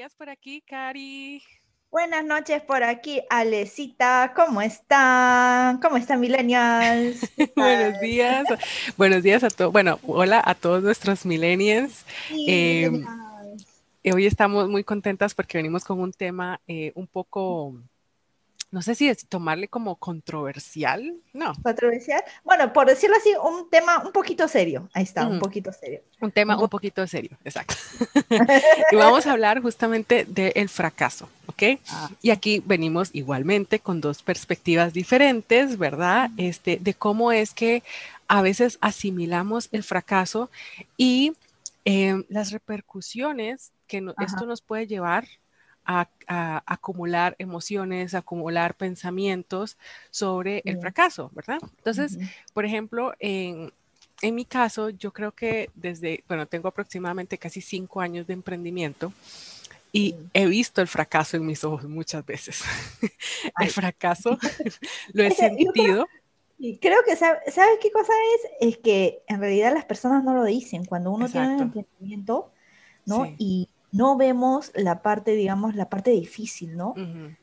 días por aquí, Cari. Buenas noches por aquí, Alecita. ¿Cómo están? ¿Cómo están, millennials? ¿Qué Buenos tal? días. Buenos días a todos. Bueno, hola a todos nuestros millennials. Sí, Eh, millennials. Hoy estamos muy contentas porque venimos con un tema un poco, no sé si es tomarle como controversial. No. ¿Controversial? Bueno, por decirlo así, un tema un poquito serio. Ahí está, un Ujú. poquito serio. Un Un tema un po- poquito serio, exacto. Y vamos a hablar justamente del fracaso, ¿ok? Ah, Y aquí venimos igualmente con dos perspectivas diferentes, ¿verdad? De cómo es que a veces asimilamos el fracaso y las repercusiones que esto ajá, nos puede llevar a acumular emociones, a acumular pensamientos sobre el sí. fracaso, ¿verdad? Entonces, Ujú, por ejemplo, en mi caso, yo creo que bueno, tengo aproximadamente casi 5 años de emprendimiento y sí. he visto el fracaso en mis ojos muchas veces. El Ay. fracaso lo he Es que yo creo, sentido. y creo que, ¿sabes qué cosa es? Es que en realidad las personas no lo dicen. Cuando uno tiene un Exacto, emprendimiento, ¿no? sí. Y no vemos la parte, digamos, la parte difícil, ¿no? Ujú.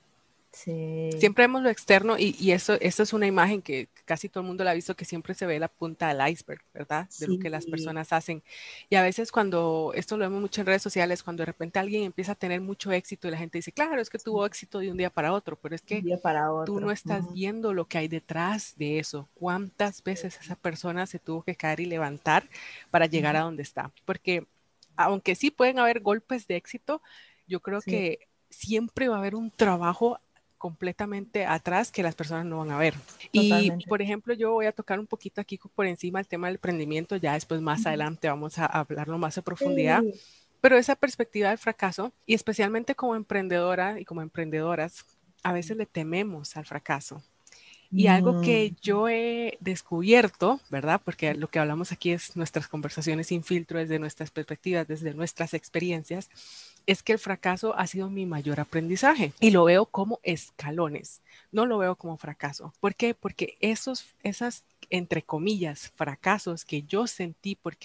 Sí. Siempre vemos lo externo y eso es una imagen que casi todo el mundo la ha visto, que siempre se ve la punta del iceberg, ¿verdad? De lo que las Sí, personas hacen. Y a veces cuando, esto lo vemos mucho en redes sociales, cuando de repente alguien empieza a tener mucho éxito y la gente dice, claro, es que tuvo éxito de un día para otro, pero es un que día para tú no otro. estás viendo lo que hay detrás de eso. ¿Cuántas veces esa persona se tuvo que caer y levantar para llegar a donde está? Porque aunque sí pueden haber golpes de éxito, yo creo Sí, que siempre va a haber un trabajo completamente atrás que las personas no van a ver. Y, totalmente. por ejemplo, yo voy a tocar un poquito aquí por encima el tema del emprendimiento, ya después más Ujú. adelante vamos a hablarlo más a profundidad, Sí. pero esa perspectiva del fracaso, y especialmente como emprendedora y como emprendedoras, a veces le tememos al fracaso. Y algo Mm, que yo he descubierto, ¿verdad? Porque lo que hablamos aquí es nuestras conversaciones sin filtro, desde nuestras perspectivas, desde nuestras experiencias, es que el fracaso ha sido mi mayor aprendizaje y lo veo como escalones, no lo veo como fracaso. ¿Por qué? Porque esas, entre comillas, fracasos que yo sentí, porque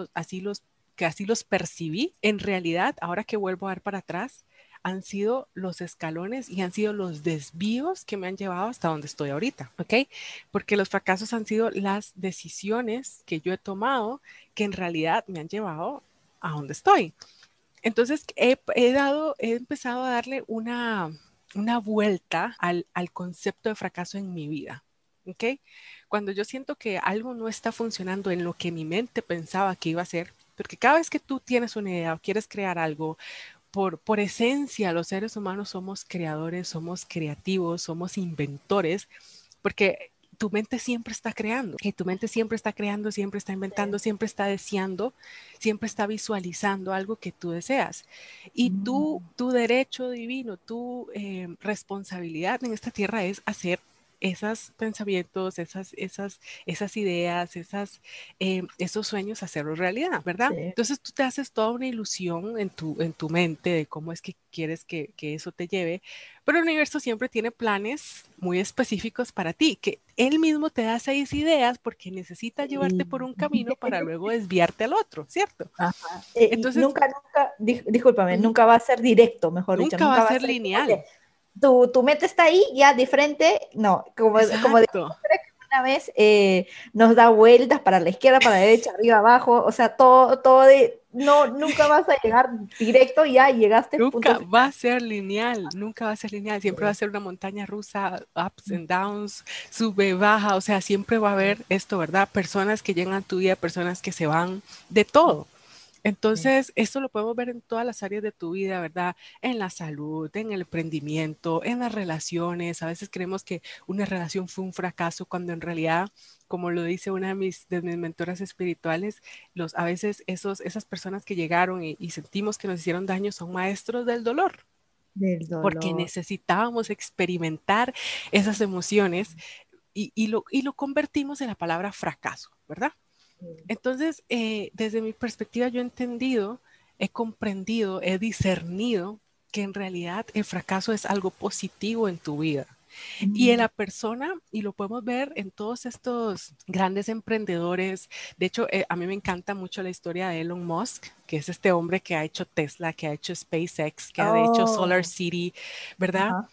así los percibí, en realidad, ahora que vuelvo a ver para atrás, han sido los escalones y han sido los desvíos que me han llevado hasta donde estoy ahorita, ¿ok? Porque los fracasos han sido las decisiones que yo he tomado que en realidad me han llevado a donde estoy. Entonces he empezado a darle una vuelta al concepto de fracaso en mi vida, ¿ok? Cuando yo siento que algo no está funcionando en lo que mi mente pensaba que iba a ser, porque cada vez que tú tienes una idea o quieres crear algo, por esencia, los seres humanos somos creadores, somos creativos, somos inventores, porque tu mente siempre está creando, y tu mente siempre está creando, siempre está inventando, sí. siempre está deseando, siempre está visualizando algo que tú deseas. Y Mm, tu derecho divino, tu responsabilidad en esta tierra es hacer esos pensamientos, esas ideas, esos sueños, hacerlos realidad, ¿verdad? sí. Entonces tú te haces toda una ilusión en tu mente de cómo es que quieres que eso te lleve, pero el universo siempre tiene planes muy específicos para ti, que él mismo te da 6 ideas porque necesita llevarte Sí. por un camino para luego desviarte al otro, ¿cierto? Ajá. Y Entonces, nunca, discúlpame, ujú, nunca va a ser directo, mejor dicho, nunca va a nunca va a ser ser como que lineal. tu meta está ahí, ya de frente, no, como de Exacto. costumbre que una vez nos da vueltas para la izquierda, para la derecha, arriba, abajo, o sea, todo no, nunca vas a llegar directo, ya llegaste, punto Nunca va a final. ser lineal, nunca va a ser lineal, siempre va a Sí. ser una montaña rusa, ups and downs, sube, baja, o sea, siempre va a haber esto, ¿verdad? Personas que llegan a tu vida, personas que se van, de todo. Sí. Entonces, esto lo podemos ver en todas las áreas de tu vida, ¿verdad? En la salud, en el emprendimiento, en las relaciones. A veces creemos que una relación fue un fracaso cuando en realidad, como lo dice una de mis mentoras espirituales, a veces esas personas que llegaron y sentimos que nos hicieron daño son maestros del dolor, Del porque dolor. necesitábamos experimentar esas emociones y lo convertimos en la palabra fracaso, ¿verdad? Sí. Entonces, desde mi perspectiva, yo he entendido, he comprendido, he discernido que en realidad el fracaso es algo positivo en tu vida. Y en la persona, y lo podemos ver en todos estos grandes emprendedores, de hecho, a mí me encanta mucho la historia de Elon Musk, que es este hombre que ha hecho Tesla, que ha hecho SpaceX, que ha hecho Solar Oh, City, ¿verdad? ajá.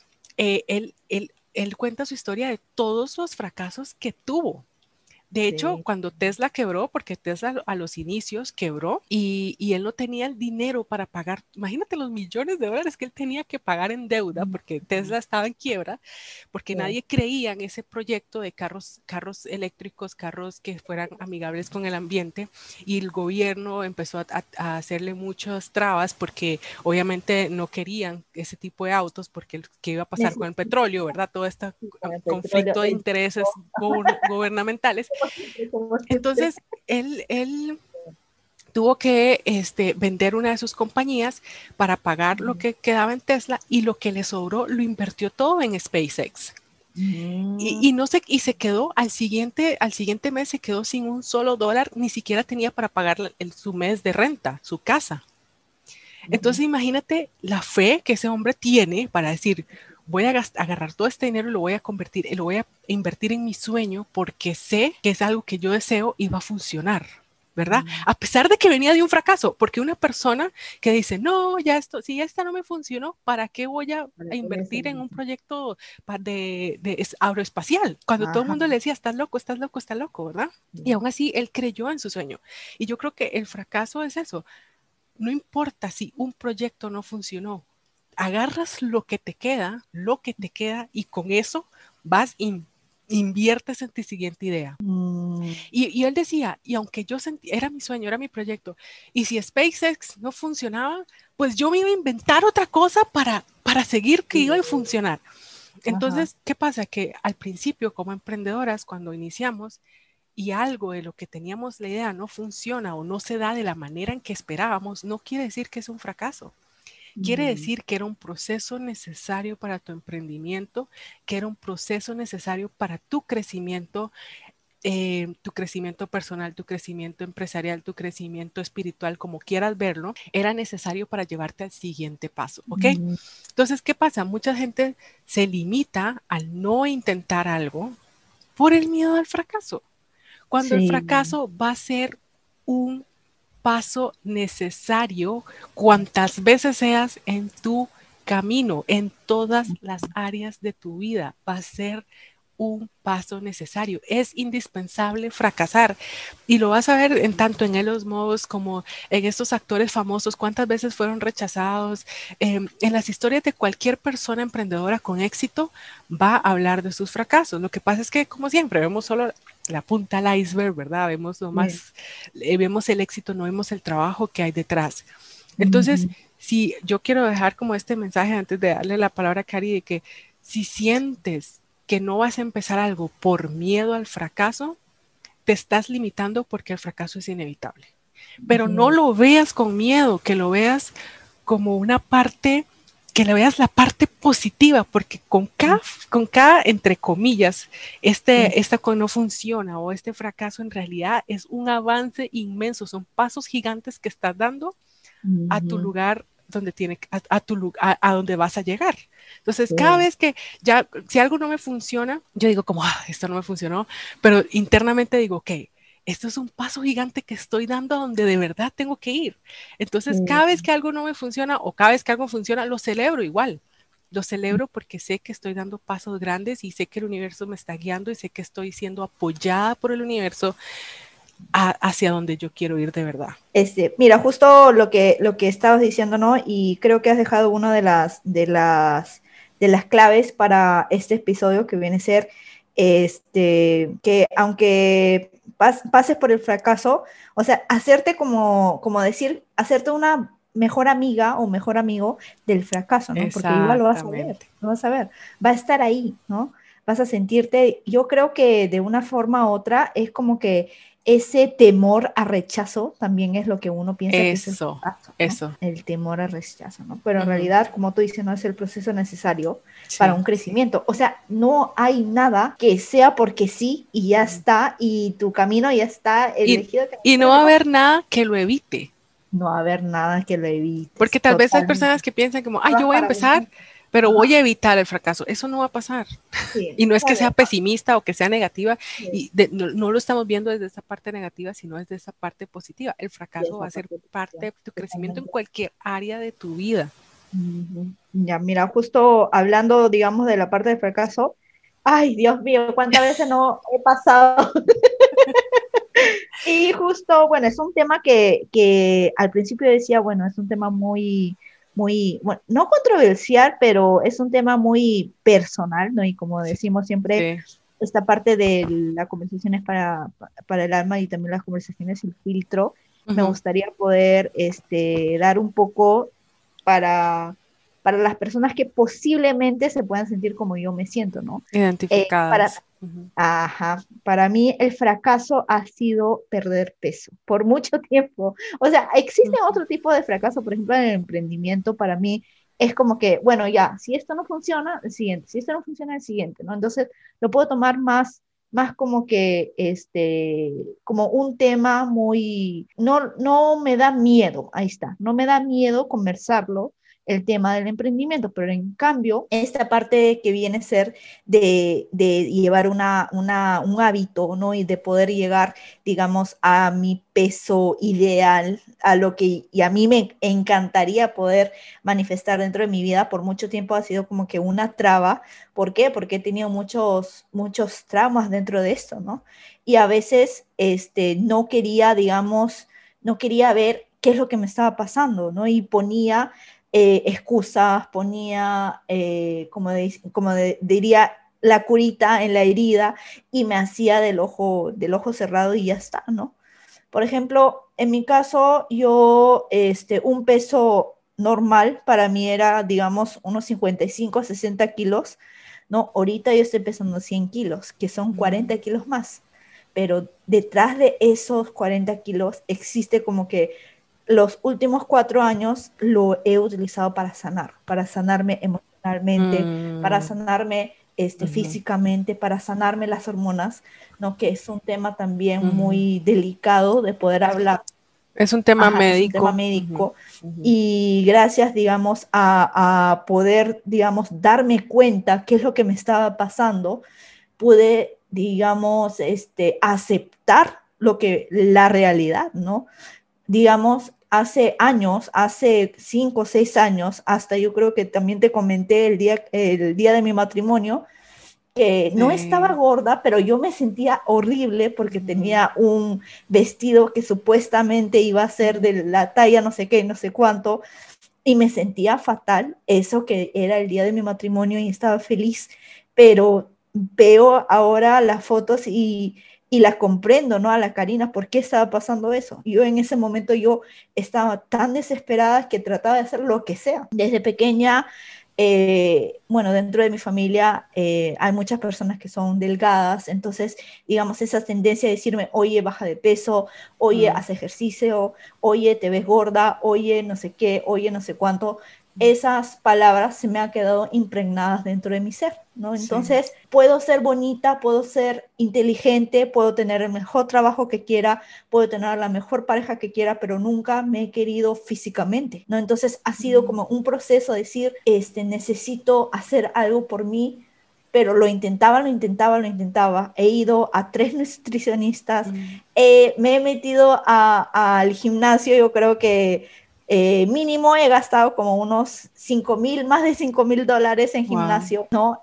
Él cuenta su historia de todos los fracasos que tuvo. De hecho, Sí. cuando Tesla quebró, porque Tesla a los inicios quebró y él no tenía el dinero para pagar, imagínate los millones de dólares que él tenía que pagar en deuda porque Tesla estaba en quiebra, porque Sí. nadie creía en ese proyecto de carros eléctricos, carros que fueran amigables con el ambiente, y el gobierno empezó a hacerle muchas trabas porque obviamente no querían ese tipo de autos porque qué iba a pasar con el Necesito petróleo, ¿verdad? Todo este con el petróleo, conflicto de el intereses gubernamentales. como siempre, como siempre. Entonces, él tuvo que vender una de sus compañías para pagar lo que quedaba en Tesla, y lo que le sobró lo invirtió todo en SpaceX. Mm, Y no se, y se quedó al siguiente mes, se quedó sin un solo dólar, ni siquiera tenía para pagar su mes de renta, su casa. ujú. Entonces imagínate la fe que ese hombre tiene para decir, voy a agarrar todo este dinero y lo voy a convertir, lo voy a invertir en mi sueño porque sé que es algo que yo deseo y va a funcionar, ¿verdad? Mm, A pesar de que venía de un fracaso, porque una persona que dice, no, ya esto, si esta no me funcionó, ¿para qué voy para a que le invertir en seguimos. un proyecto aeroespacial? Cuando todo el Ajá. mundo le decía, estás loco, estás loco, estás loco, ¿verdad? Y aún así él creyó en su sueño. Y yo creo que el fracaso es eso. No importa si un proyecto no funcionó, agarras lo que te queda, y con eso vas inviertes en tu siguiente idea. Mm, Y él decía, y aunque yo sentí, era mi sueño, era mi proyecto, y si SpaceX no funcionaba, pues yo me iba a inventar otra cosa para seguir que sí, iba a funcionar. ajá. Entonces, ¿qué pasa? Que al principio, como emprendedoras, cuando iniciamos, y algo de lo que teníamos la idea no funciona o no se da de la manera en que esperábamos, no quiere decir que es un fracaso. Quiere Mm, decir que era un proceso necesario para tu emprendimiento, que era un proceso necesario para tu crecimiento personal, tu crecimiento empresarial, tu crecimiento espiritual, como quieras verlo, era necesario para llevarte al siguiente paso, ¿ok? mm, Entonces, ¿qué pasa? Mucha gente se limita al no intentar algo por el miedo al fracaso, cuando el sí. fracaso va a ser un paso necesario cuantas veces seas en tu camino, en todas las áreas de tu vida, va a ser un paso necesario. Es indispensable fracasar, y lo vas a ver en tanto en Elon Musk como en estos actores famosos, cuántas veces fueron rechazados. En las historias de cualquier persona emprendedora con éxito va a hablar de sus fracasos. Lo que pasa es que, como siempre, vemos solo la punta del iceberg, ¿verdad? Vemos lo Sí. más, vemos el éxito, no vemos el trabajo que hay detrás. Entonces, Ujú. si yo quiero dejar como este mensaje antes de darle la palabra a Cari, de que si sientes que no vas a empezar algo por miedo al fracaso, te estás limitando porque el fracaso es inevitable. Pero no Sí. lo veas con miedo, que lo veas como una parte, que le veas la parte positiva, porque con cada entre comillas, Sí. esta no funciona o este fracaso en realidad es un avance inmenso, son pasos gigantes que estás dando a tu Ujú. lugar donde a donde vas a llegar. Entonces, cada Sí. vez que ya, si algo no me funciona, yo digo como, esto no me funcionó, pero internamente digo, ok, esto es un paso gigante que estoy dando a donde de verdad tengo que ir. Entonces, Sí. cada vez que algo no me funciona o cada vez que algo funciona, lo celebro igual. Lo celebro porque sé que estoy dando pasos grandes y sé que el universo me está guiando y sé que estoy siendo apoyada por el universo hacia donde yo quiero ir de verdad. Mira, justo lo que estabas diciendo, ¿no? Y creo que has dejado una de las claves para este episodio que viene a ser que aunque pases por el fracaso, o sea, hacerte como decir, hacerte una mejor amiga o mejor amigo del fracaso, ¿no? Porque igual Exactamente. lo vas a ver, va a estar ahí, ¿no? Vas a sentirte, yo creo que de una forma u otra es como que ese temor a rechazo también es lo que uno piensa que es el Eso, fracaso, ¿no? eso. El temor a rechazo, ¿no? Pero en Ujú. realidad, como tú dices, no es el proceso necesario para Sí. un crecimiento. O sea, no hay nada que sea porque sí y ya Ujú. está y tu camino ya está Y, elegido que y no va a haber nada que lo evite, no va a haber nada que lo porque evites tal vez hay personas totalmente. que piensan como, ay, yo Vas voy a para empezar, adelante. pero voy a evitar el fracaso. Eso no va a pasar. Sí, Y no es que claro, sea pesimista o que sea negativa, sí, y no lo estamos viendo desde esa parte negativa, sino desde esa parte positiva. El de fracaso va esa a ser parte, parte de tu crecimiento en totalmente. cualquier área de tu vida. Ujú. Ya, mira, justo hablando, digamos, de la parte del fracaso, ay, Dios mío, cuántas veces no he pasado. Y justo, bueno, es un tema que al principio decía, bueno, es un tema muy, bueno, no controversial, pero es un tema muy personal, ¿no? Y como decimos siempre, Sí. esta parte de la conversación es para el alma y también las conversaciones sin filtro. Me Ujú. gustaría poder dar un poco para, para las personas que posiblemente se puedan sentir como yo me siento, ¿no? Para, Identificadas. Ujú. ajá, para mí el fracaso ha sido perder peso por mucho tiempo. O sea, existe Ujú. otro tipo de fracaso, por ejemplo, en el emprendimiento, para mí es como que, bueno, ya, si esto no funciona, el siguiente, si esto no funciona, el siguiente, ¿no? Entonces, lo puedo tomar más como que, como un tema muy, no me da miedo, ahí está, no me da miedo conversarlo, el tema del emprendimiento, pero en cambio, esta parte que viene a ser de llevar un hábito, ¿no? Y de poder llegar, digamos, a mi peso ideal, a lo que y a mí me encantaría poder manifestar dentro de mi vida, por mucho tiempo ha sido como que una traba. ¿Por qué? Porque he tenido muchos traumas dentro de esto, ¿no? Y a veces no quería, digamos, no quería ver qué es lo que me estaba pasando, ¿no? Y ponía excusas, ponía, diría, la curita en la herida y me hacía del ojo cerrado y ya está, ¿no? Por ejemplo, en mi caso, yo, un peso normal para mí era, digamos, unos 55, 60 kilos, ¿no? Ahorita yo estoy pesando 100 kilos, que son 40 kilos más, pero detrás de esos 40 kilos existe como que los últimos 4 años lo he utilizado para sanarme emocionalmente, para Mm, sanarme ujú, físicamente, para sanarme las hormonas, ¿no? Que es un tema también ujú. muy delicado de poder hablar. Es un tema Ajá, es un tema médico. Ujú, médico ujú. y gracias, digamos, a poder, digamos, darme cuenta qué es lo que me estaba pasando, pude, digamos, aceptar lo que la realidad, ¿no? Digamos, hace años, hace 5 o 6 años, hasta yo creo que también te comenté el día de mi matrimonio, que no estaba Sí. gorda, pero yo me sentía horrible porque Ujú, tenía un vestido que supuestamente iba a ser ujú. de la talla no sé qué, no sé cuánto, y me sentía fatal, eso que era el día de mi matrimonio y estaba feliz, pero veo ahora las fotos y la comprendo, ¿no? A la Karina, ¿por qué estaba pasando eso? Yo en ese momento yo estaba tan desesperada que trataba de hacer lo que sea. Desde pequeña, bueno, dentro de mi familia hay muchas personas que son delgadas, entonces, digamos, esa tendencia de decirme, oye, baja de peso, oye, Mm, haz ejercicio, oye, te ves gorda, oye, no sé qué, oye, no sé cuánto, esas palabras se me han quedado impregnadas dentro de mi ser, ¿no? sí. Entonces, puedo ser bonita, puedo ser inteligente, puedo tener el mejor trabajo que quiera, puedo tener la mejor pareja que quiera, pero nunca me he querido físicamente, ¿no? Entonces, ha sido Mm, como un proceso de decir, necesito hacer algo por mí, pero lo intentaba. He ido a 3 nutricionistas, mm. me he metido al gimnasio, yo creo que mínimo he gastado como unos 5,000, más de $5,000 en Wow. gimnasio, ¿no?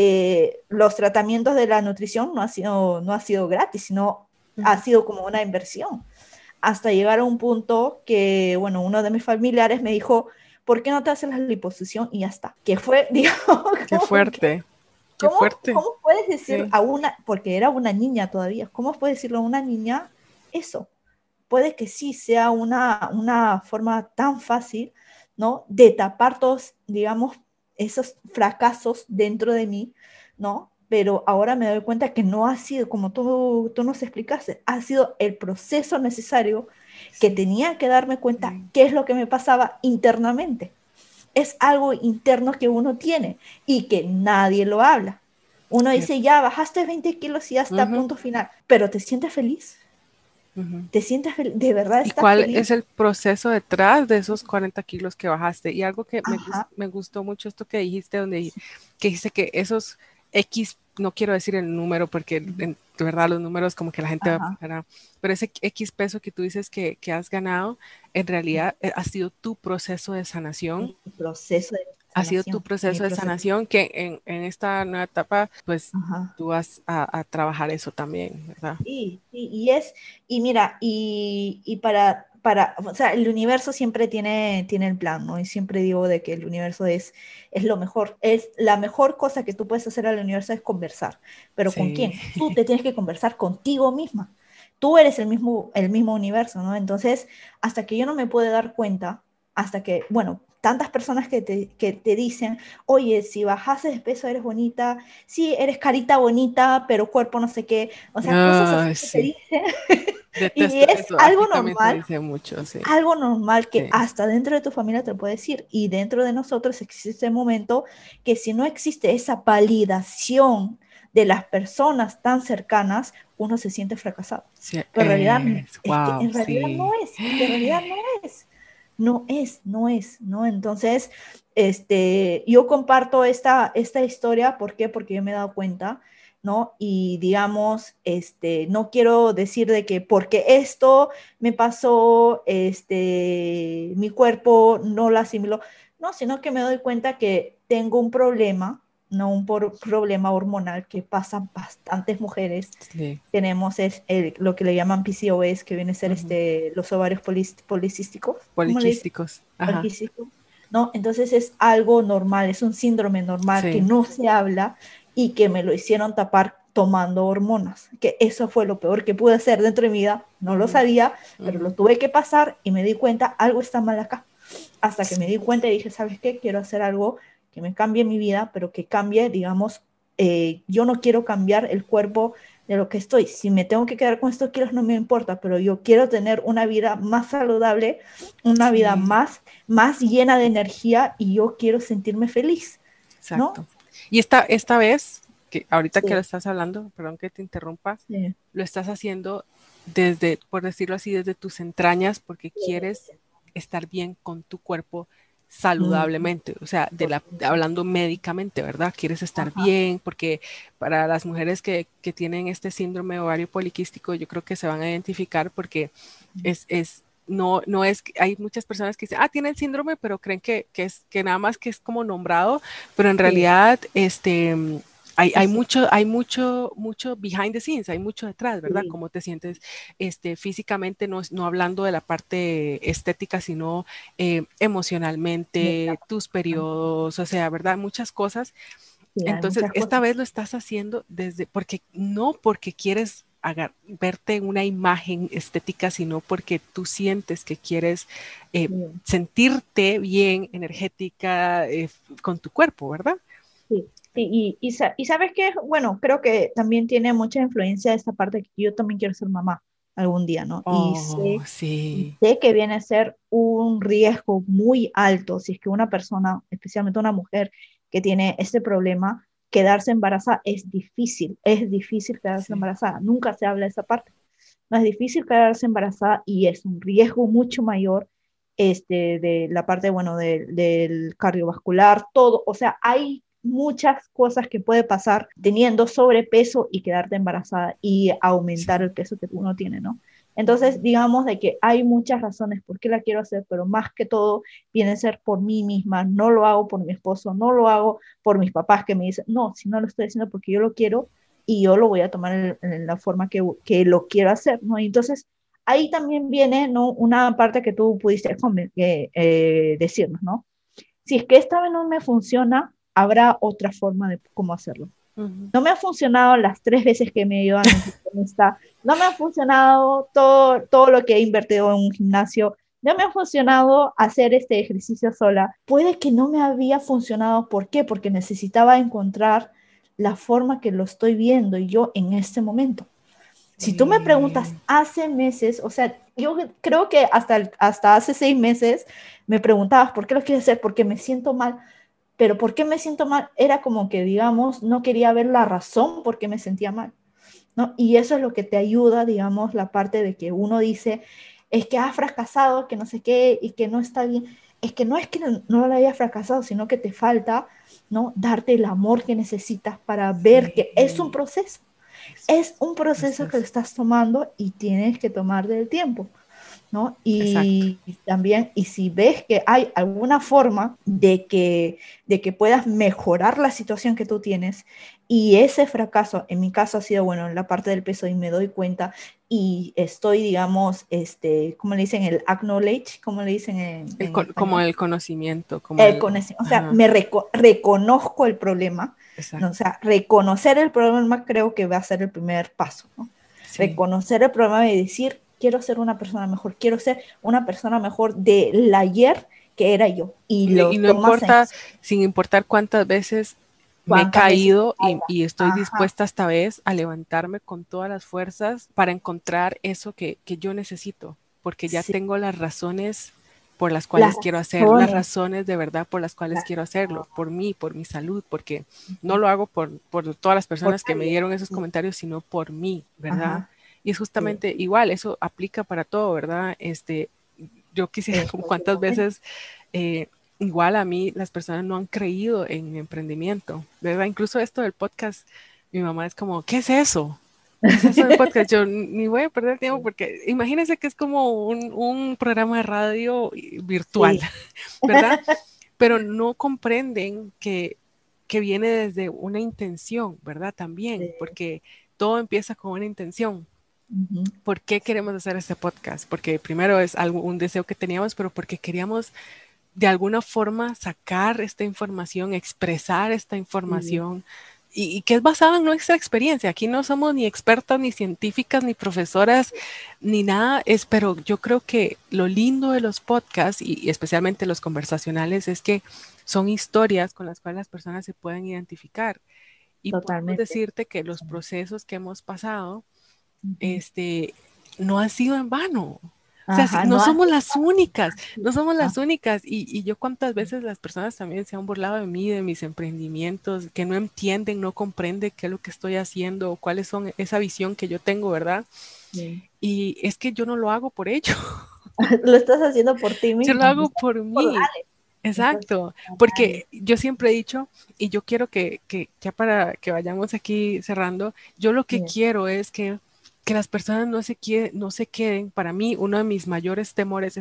Los tratamientos de la nutrición no ha sido gratis, sino ha Ujú. sido como una inversión, hasta llegar a un punto que, bueno, uno de mis familiares me dijo, ¿por qué no te haces la liposucción? Y ya está. Que fue, digamos, Qué como que, fuerte, qué ¿cómo, fuerte. cómo puedes decir Sí. a una, porque era una niña todavía, ¿cómo puedes decirle a una niña eso? Puede que sí sea una forma tan fácil, ¿no? De tapar todos, digamos, esos fracasos dentro de mí, ¿no? Pero ahora me doy cuenta que no ha sido, como tú nos explicaste, ha sido el proceso necesario que Sí, tenía que darme cuenta sí. qué es lo que me pasaba internamente. Es algo interno que uno tiene y que nadie lo habla. Uno dice, Cierto. ya bajaste 20 kilos y ya está, Ujú. punto final, pero ¿te sientes feliz? Ujú. ¿Te sientes de verdad ¿Y estás cuál feliz? es el proceso detrás de esos 40 kilos que bajaste? Y algo que Ajá, me gustó mucho esto que dijiste, que dijiste que esos X, no quiero decir el número porque de verdad los números como que la gente va, ajá. ¿verdad? Pero ese X peso que tú dices que has ganado, en realidad ha sido tu proceso de sanación. Mi proceso de Ha sido tu sanación, mi proceso de proceso. sanación que en esta nueva etapa, pues Ajá. tú vas a trabajar eso también, ¿verdad? Sí, sí, y mira, y o sea, el universo siempre tiene el plan, ¿no? Y siempre digo de que el universo es lo mejor, es la mejor cosa que tú puedes hacer al universo es conversar. ¿Pero con Sí, quién? Tú te tienes que conversar contigo misma. Tú eres el mismo universo, ¿no? Entonces, hasta que yo no me pude dar cuenta, hasta que, bueno, tantas personas que te dicen, oye, si bajases de peso eres bonita, sí, eres carita bonita, pero cuerpo no sé qué, o sea, cosas así ay, que te sí, dicen, y detesto es eso. Aquí algo también se normal, dice mucho, sí, algo normal que sí, hasta dentro de tu familia te puede decir, y dentro de nosotros existe ese momento que si no existe esa validación de las personas tan cercanas, uno se siente fracasado. sí, Pero en realidad, es que wow, en realidad no sí, es, es que en realidad no es. No es, ¿no? Entonces, yo comparto esta historia, ¿por qué? Porque yo me he dado cuenta, ¿no? Y digamos, no quiero decir de que porque esto me pasó, mi cuerpo no lo asimiló, no, sino que me doy cuenta que tengo un problema, no problema hormonal que pasan bastantes mujeres. sí, Tenemos lo que le llaman PCOS, que viene a ser ujú. los ovarios policísticos, ¿cómo le dicen? Poliquísticos, ajá, Poliquísticos, ¿no? Entonces es algo normal, es un síndrome normal que sí, no se habla y que me lo hicieron tapar tomando hormonas, que eso fue lo peor que pude hacer dentro de mi vida, no lo ujú, sabía, pero ujú, lo tuve que pasar y me di cuenta, algo está mal acá, hasta que me sí, di cuenta y dije, ¿sabes qué? Quiero hacer algo que me cambie mi vida, pero que cambie, digamos, yo no quiero cambiar el cuerpo de lo que estoy. Si me tengo que quedar con estos kilos, no me importa, pero yo quiero tener una vida más saludable, una vida sí, más llena de energía y yo quiero sentirme feliz, ¿no? exacto. Y esta vez, que ahorita que lo Sí, estás hablando, perdón que te interrumpa, sí, lo estás haciendo desde, por decirlo así, desde tus entrañas, porque quieres estar bien con tu cuerpo mm, saludablemente, o sea, por supuesto. hablando médicamente, ¿verdad? Quieres estar Ajá, bien, porque para las mujeres que tienen este síndrome ovario poliquístico, yo creo que se van a identificar porque no es, hay muchas personas que dicen, ah, tiene el síndrome, pero creen que nada más que es como nombrado, pero en sí, realidad, eso, mucho behind the scenes, hay mucho detrás, ¿verdad? sí, Cómo te sientes físicamente, no hablando de la parte estética, sino emocionalmente, mental, tus periodos, o sea, ¿verdad? Muchas cosas. sí, hay Entonces, muchas esta cosas. vez lo estás haciendo porque quieres verte en una imagen estética, sino porque tú sientes que quieres eh, Sí. sentirte bien, energética, con tu cuerpo, ¿verdad? Sí, sí, y sabes que, bueno, creo que también tiene mucha influencia esta parte que yo también quiero ser mamá algún día, ¿no? Y Oh, y sí, sé que viene a ser un riesgo muy alto si es que una persona, especialmente una mujer que tiene este problema, quedarse embarazada es difícil quedarse sí, embarazada, nunca se habla de esa parte. No es difícil quedarse embarazada y es un riesgo mucho mayor de la parte, bueno, del cardiovascular, todo, o sea, hay muchas cosas que puede pasar teniendo sobrepeso y quedarte embarazada y aumentar sí. el peso que uno tiene, ¿no? Entonces, Ujú. digamos de que hay muchas razones por qué la quiero hacer, pero más que todo viene a ser por mí misma, no lo hago por mi esposo, no lo hago por mis papás que me dicen, no, si no lo estoy haciendo porque yo lo quiero y yo lo voy a tomar en la forma que lo quiero hacer, ¿no? Y entonces, ahí también viene, ¿no? Una parte que tú pudiste decirnos, ¿no? Si es que esta vez no me funciona, habrá otra forma de cómo hacerlo. Ujú. No me ha funcionado las 3 veces que me he ido al nutricionista, no me ha funcionado todo lo que he invertido en un gimnasio, no me ha funcionado hacer este ejercicio sola. Puede que no me había funcionado, ¿por qué? Porque necesitaba encontrar la forma que lo estoy viendo yo en este momento. Si tú me preguntas Sí, hace meses, o sea, yo creo que hasta hace 6 meses me preguntabas por qué lo quieres hacer, porque me siento mal, pero ¿por qué me siento mal? Era como que, digamos, no quería ver la razón por qué me sentía mal. ¿no? Y eso es lo que te ayuda, digamos, la parte de que uno dice, es que has fracasado, que no sé qué, y que no está bien. Es que no lo hayas fracasado, sino que te falta, ¿no? Darte el amor que necesitas para ver que es un Sí, proceso. es un Es un proceso que proceso. estás tomando y tienes que tomar del tiempo, ¿no? Exacto. Y también, y si ves que hay alguna forma de que puedas mejorar la situación que tú tienes, y ese fracaso, en mi caso ha sido, bueno, en la parte del peso, y me doy cuenta, y estoy, digamos, ¿cómo le dicen? El acknowledge, ¿cómo le dicen en Como español? el conocimiento, como el... O sea, Ajá, reconozco el problema, ¿no? O exacto. sea, reconocer el problema creo que va a ser el primer paso, ¿no? Sí. Reconocer el problema y decir, quiero ser una persona mejor, quiero ser una persona mejor del ayer que era yo. Y lo Y no tomas en importa, sin importar cuántas veces me he cuántas veces caído caiga. y estoy Ajá, dispuesta esta vez a levantarme con todas las fuerzas para encontrar eso que yo necesito, porque ya sí, tengo las razones por las las cuales quiero hacerlo, las razones, razones de verdad por las cuales las quiero hacerlo, por mí, por mi salud, porque no razones, lo hago por todas las por personas que me nadie. dieron esos comentarios, sino por mí, ¿verdad? Ajá, Y es sí, justamente igual, eso aplica para todo, ¿verdad? Yo quisiera, como cualquier cuántas momento. veces igual a mí las personas no han creído en mi emprendimiento, ¿verdad? Incluso esto del podcast, mi mamá es como, ¿qué es eso? ¿Qué es eso del podcast? Yo ni voy a perder tiempo porque imagínense que es como un programa de radio virtual, Sí, ¿verdad? Pero no comprenden que viene desde una intención, ¿verdad? sí. También, porque todo empieza con una intención. Ujú. ¿Por qué queremos hacer este podcast? Porque primero es algo, un deseo que teníamos, pero porque queríamos de alguna forma sacar esta información, expresar esta Sí, información y que es basada en nuestra experiencia. Aquí no somos ni expertas, ni científicas, ni profesoras, ni nada. Pero yo creo que lo lindo de los podcasts y especialmente los conversacionales es que son historias con las cuales las personas se pueden identificar y podemos totalmente. decirte que los Sí. procesos que hemos pasado Ujú. este, no ha sido en vano. O sea, Ajá, no no somos hace las únicas, no somos ah, las únicas. Y yo cuántas veces las personas también se han burlado de mí, de mis emprendimientos, que no entienden, no comprenden qué es lo que estoy haciendo, cuáles son esa visión que yo tengo, ¿verdad? sí. Y es que yo no lo hago por ello, Lo estás haciendo por ti yo lo misma, hago por por mí. Dale, estás Exacto, por Dale. porque yo siempre he dicho, y yo quiero que ya para que vayamos aquí cerrando, yo lo que Sí, quiero es que las personas no se queden. Para mí, uno de mis mayores temores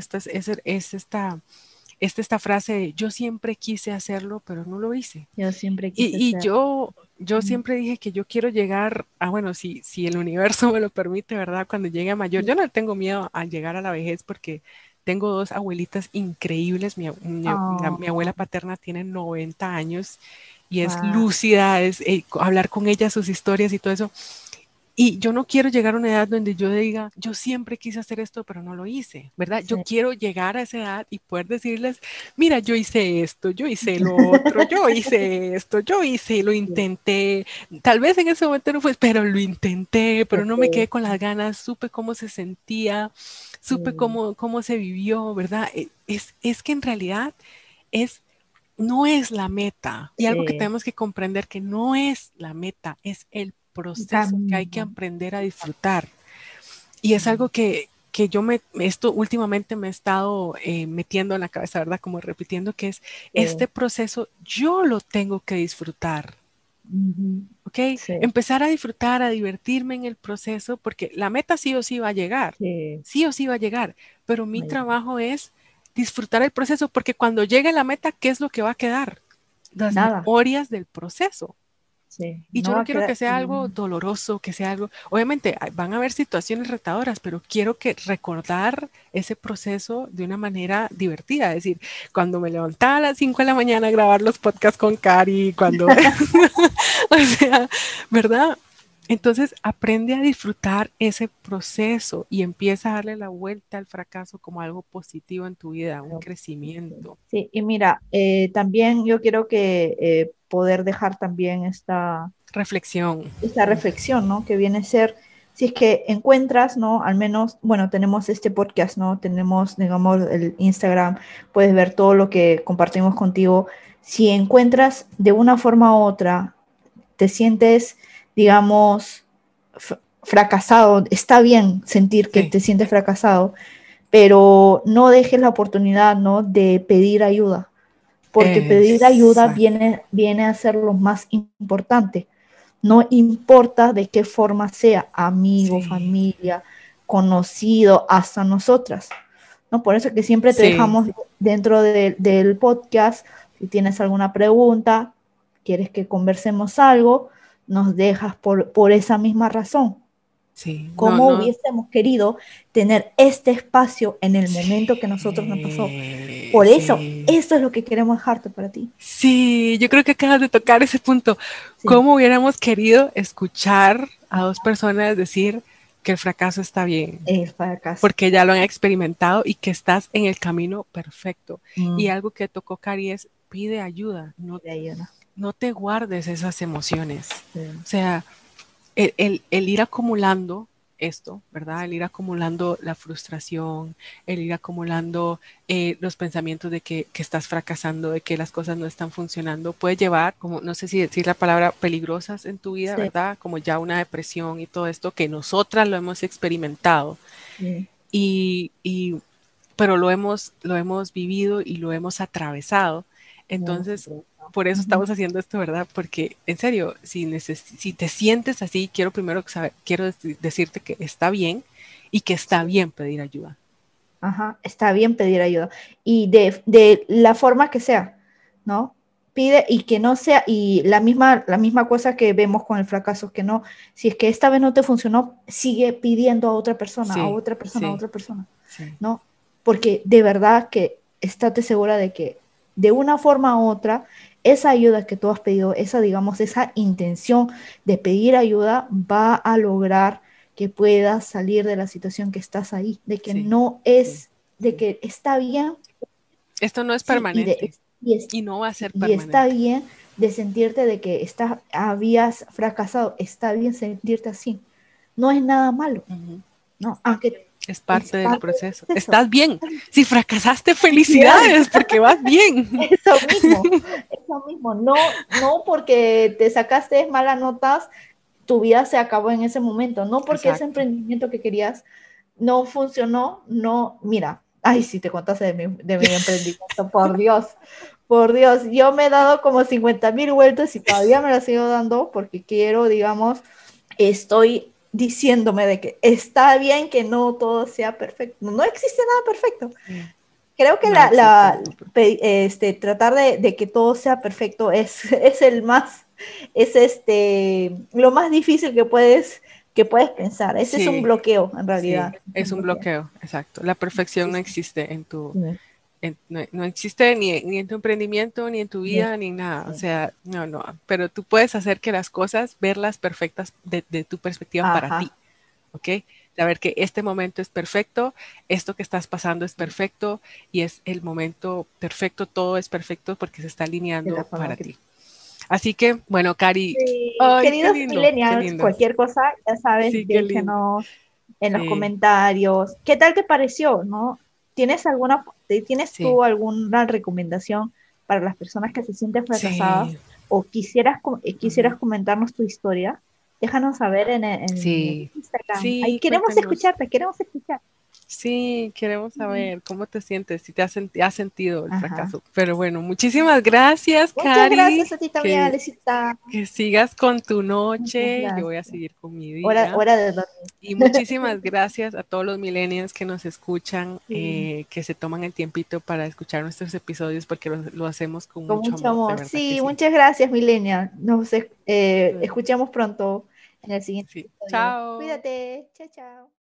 es esta frase de, yo siempre quise hacerlo, pero no lo hice. yo siempre quise Y ser. yo siempre dije que yo quiero llegar a, bueno, si el universo me lo permite, ¿verdad? Cuando llegue a mayor, yo no tengo miedo al llegar a la vejez porque tengo dos abuelitas increíbles. Mi Oh, abuela paterna tiene 90 años y es wow, lúcida, es hablar con ella, sus historias y todo eso. Y yo no quiero llegar a una edad donde yo diga, yo siempre quise hacer esto, pero no lo hice, ¿verdad? Yo sí. quiero llegar a esa edad y poder decirles, mira, yo hice esto, yo hice lo otro, yo hice esto, yo hice, lo Sí, intenté. Tal vez en ese momento no fue, pero lo intenté, pero no me quedé porque, con las ganas, supe cómo se sentía, supe sí, cómo se vivió, ¿verdad? Es que en realidad es no es la meta. Y algo que sí, tenemos que comprender que no es la meta, es el el proceso que hay que camino. aprender a disfrutar. Y es algo que esto últimamente me he estado metiendo en la cabeza, ¿verdad? Como repitiendo que es este Sí, proceso, yo lo tengo que disfrutar. ujú, ¿Ok? sí, Empezar a disfrutar, a divertirme en el proceso, porque la meta sí o sí va a llegar, sí, sí o sí va a llegar, pero mi muy trabajo es disfrutar el proceso, porque cuando llegue la meta, ¿qué es lo que va a quedar? Las nada, memorias del proceso. sí, Y no yo va no a quiero que quedar. sea algo doloroso, que sea algo, obviamente van a haber situaciones retadoras, pero quiero que recordar ese proceso de una manera divertida. Es decir, cuando me levantaba a las 5 de la mañana a grabar los podcasts con Cari, cuando, o sea, ¿verdad? Entonces aprende a disfrutar ese proceso y empieza a darle la vuelta al fracaso como algo positivo en tu vida, un crecimiento. Sí, y mira, también yo quiero que poder dejar también Reflexión. esta reflexión, ¿no? Que viene a ser, si es que encuentras, ¿no? Al menos, bueno, tenemos este podcast, ¿no? Tenemos, digamos, el Instagram, puedes ver todo lo que compartimos contigo. Si encuentras de una forma u otra, te sientes, digamos, fracasado, está bien sentir que Sí, te sientes fracasado, pero no dejes la oportunidad, ¿no? De pedir ayuda, porque pedir ayuda exacto. viene a ser lo más importante. No importa de qué forma sea, amigo, Sí, familia, conocido, hasta nosotras. ¿No? Por eso que siempre te sí, dejamos dentro del podcast, si tienes alguna pregunta, quieres que conversemos algo, nos dejas por esa misma razón. sí. No, Cómo no. hubiésemos querido tener este espacio en el momento que nosotros nos pasó. Sí, Por eso, sí. eso es lo que queremos dejarte para ti. Sí, yo creo que acabas de tocar ese punto. Sí. ¿Cómo hubiéramos querido escuchar a dos personas decir que el fracaso está bien? El fracaso. Porque ya lo han experimentado y que estás en el camino perfecto. Y Mm, algo que tocó Cari es pide ayuda, no, de ahí, ¿no? no te guardes esas emociones. Sí. O sea, el ir acumulando esto, ¿verdad? El ir acumulando la frustración, el ir acumulando los pensamientos de que estás fracasando, de que las cosas no están funcionando, puede llevar, como no sé si decir la palabra, peligrosas en tu vida, Sí, ¿verdad? Como ya una depresión y todo esto, que nosotras lo hemos experimentado sí. y pero lo hemos vivido y lo hemos atravesado. Entonces, por eso Ujú. estamos haciendo esto, ¿verdad? Porque, en serio, si te sientes así, quiero primero saber, quiero decirte que está bien y que está bien pedir ayuda. Ajá, está bien pedir ayuda. Y de la forma que sea, ¿no? Pide y que no sea, y la misma cosa que vemos con el fracaso, que no, si es que esta vez no te funcionó, sigue pidiendo a otra persona, a Sí, otra persona, a sí, otra persona, sí, ¿no? Porque de verdad que estate segura de que de una forma u otra, esa ayuda que tú has pedido, esa, digamos, esa intención de pedir ayuda va a lograr que puedas salir de la situación que estás ahí, de que sí, no es, de que está bien, esto no es sí, permanente y, y no va a sí, ser y está permanente. bien de sentirte de que habías fracasado, está bien sentirte así. No es nada malo, Ujú. ¿no? Aunque Es es parte del parte proceso. de eso. Estás bien. Si fracasaste, Felicidades. felicidades, porque vas bien. Eso mismo, no, no porque te sacaste malas notas, tu vida se acabó en ese momento, no porque ese Exacto. emprendimiento que querías no funcionó, no, mira, ay, si te contaste de mi emprendimiento, por Dios, yo me he dado como 50.000 vueltas y todavía me las sigo dando porque quiero, digamos, estoy diciéndome de que está bien que no todo sea perfecto, no existe nada perfecto. Sí. Creo que No existe nada perfecto. tratar de que todo sea perfecto es el más, es lo más difícil que puedes pensar. Ese es un Sí, bloqueo, en sí, realidad. Es es un un bloqueo. bloqueo, exacto. La perfección Sí, no sí, existe en tu, sí, no, no existe ni en tu emprendimiento, ni en tu sí, vida, ni nada. O sí. sea, no, no. Pero tú puedes hacer que las cosas, verlas perfectas de tu perspectiva para ti, Ajá. ¿ok? Saber que este momento es perfecto, esto que estás pasando es perfecto y es el momento perfecto, todo es perfecto porque se está De la alineando forma para que... ti. Así que, bueno, Cari, Sí, ay, qué queridos lindo, qué millennials, lindo. cualquier cosa, ya sabes, Sí, qué lindo. déjenos en los Sí, comentarios. ¿Qué tal te pareció, no? ¿Tienes sí, tú alguna recomendación para las personas que se sienten fracasadas sí. o quisieras Ujú. comentarnos tu historia? Déjanos saber en el Sí, Instagram. Ahí sí, cuéntanos. queremos escuchar. Sí, queremos Mm. saber cómo te sientes, si te has sentido el Ajá. fracaso. Pero bueno, muchísimas gracias, Muchas Cari. gracias a ti también, Que, Alecita. que sigas con tu Muchas noche. Yo voy a gracias. seguir con mi Hora, día. hora de dormir. Y muchísimas gracias a todos los millennials que nos escuchan, Sí. que se toman el tiempito para escuchar nuestros episodios porque lo hacemos con Con mucho mucho amor, de amor. verdad que Sí, sí. muchas gracias, Milenia. Nos Bueno, escuchamos pronto en el siguiente sí. episodio. Chao. Cuídate. Chao, chao.